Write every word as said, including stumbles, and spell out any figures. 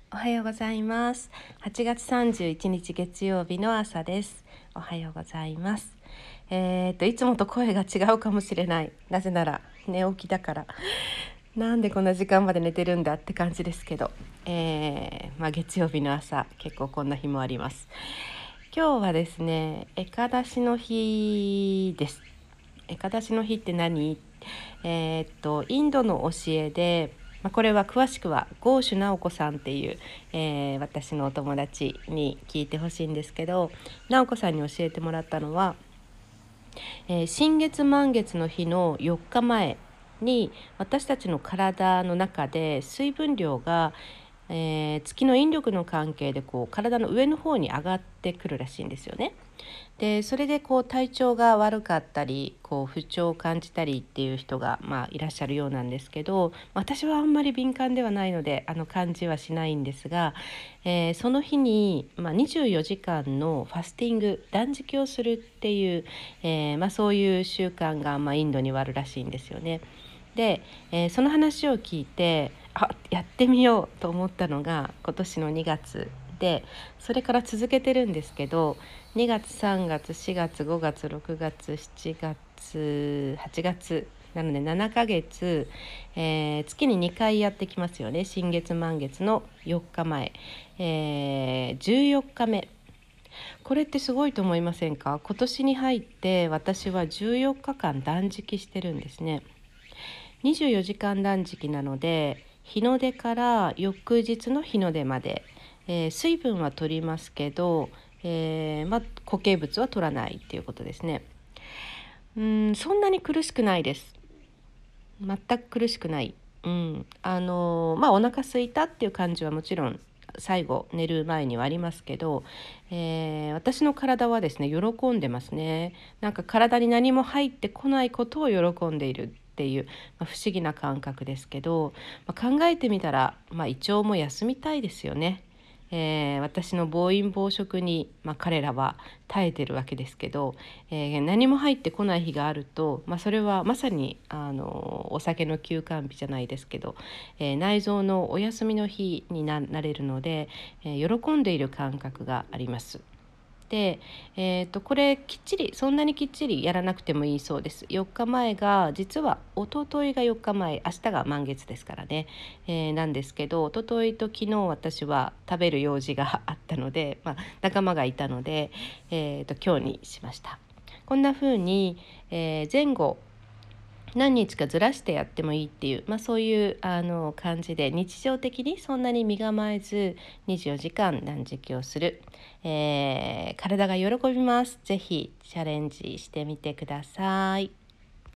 おはようございます。はちがつさんじゅういちにち月曜日の朝です。おはようございます。えー、っといつもと声が違うかもしれない。なぜなら寝起きだから。なんでこんな時間まで寝てるんだって感じですけど、えーまあ、月曜日の朝結構こんな日もあります。今日はですね、えかだしの日です。えかだしの日って何？えーっとインドの教えで、まあ、これは詳しくはゴーシュ直子さんっていう、えー私のお友達に聞いてほしいんですけど、直子さんに教えてもらったのは、えー新月満月の日のよっかまえに私たちの体の中で水分量が、えー月の引力の関係でこう体の上の方に上がってくるらしいんですよね。でそれでこう体調が悪かったりこう不調を感じたりっていう人が、まあ、いらっしゃるようなんですけど、私はあんまり敏感ではないのであの感じはしないんですが、えーその日に、まあ、にじゅうよじかんのファスティング断食をするっていう、えーまあ、そういう習慣が、まあ、インドにはあるらしいんですよね。で、えーその話を聞いてあやってみようと思ったのが今年のにがつで、それから続けてるんですけど、にがつさんがつしがつごがつろくがつしちがつはちがつなのでななかげつ、えー月ににかいやってきますよね。新月満月のよっかまえ、えーじゅうよっかめ。これってすごいと思いませんか？今年に入って私はじゅうよっかかん断食してるんですね。にじゅうよじかん断食なので、日の出から翌日の日の出まで、えー水分は取りますけど、えーまあ、固形物は取らないっていうことですね。うーんそんなに苦しくないです。全く苦しくない。うんあのーまあお腹空いたっていう感じはもちろん最後寝る前にはありますけど、えー私の体はですね喜んでますね。なんか体に何も入ってこないことを喜んでいるっていう、まあ、不思議な感覚ですけど、まあ、考えてみたら、まあ、胃腸も休みたいですよね。えー私の暴飲暴食に、まあ、彼らは耐えてるわけですけど、えー何も入ってこない日があると、まあ、それはまさにあのお酒の休肝日じゃないですけど、えー内臓のお休みの日にな、なれるので、えー喜んでいる感覚があります。で、えー、とこれきっちりそんなにきっちりやらなくてもいいそうです。よっかまえが実は一昨日がよっかまえ、明日が満月ですからね、えーなんですけど、一昨日と昨日私は食べる用事があったので、まあ、仲間がいたので、えー、と今日にしました。こんな風に、えー前後何日かずらしてやってもいいっていう、まあ、そういうあの感じで日常的にそんなに身構えずにじゅうよじかん断食をする、えー体が喜びます。ぜひチャレンジしてみてください。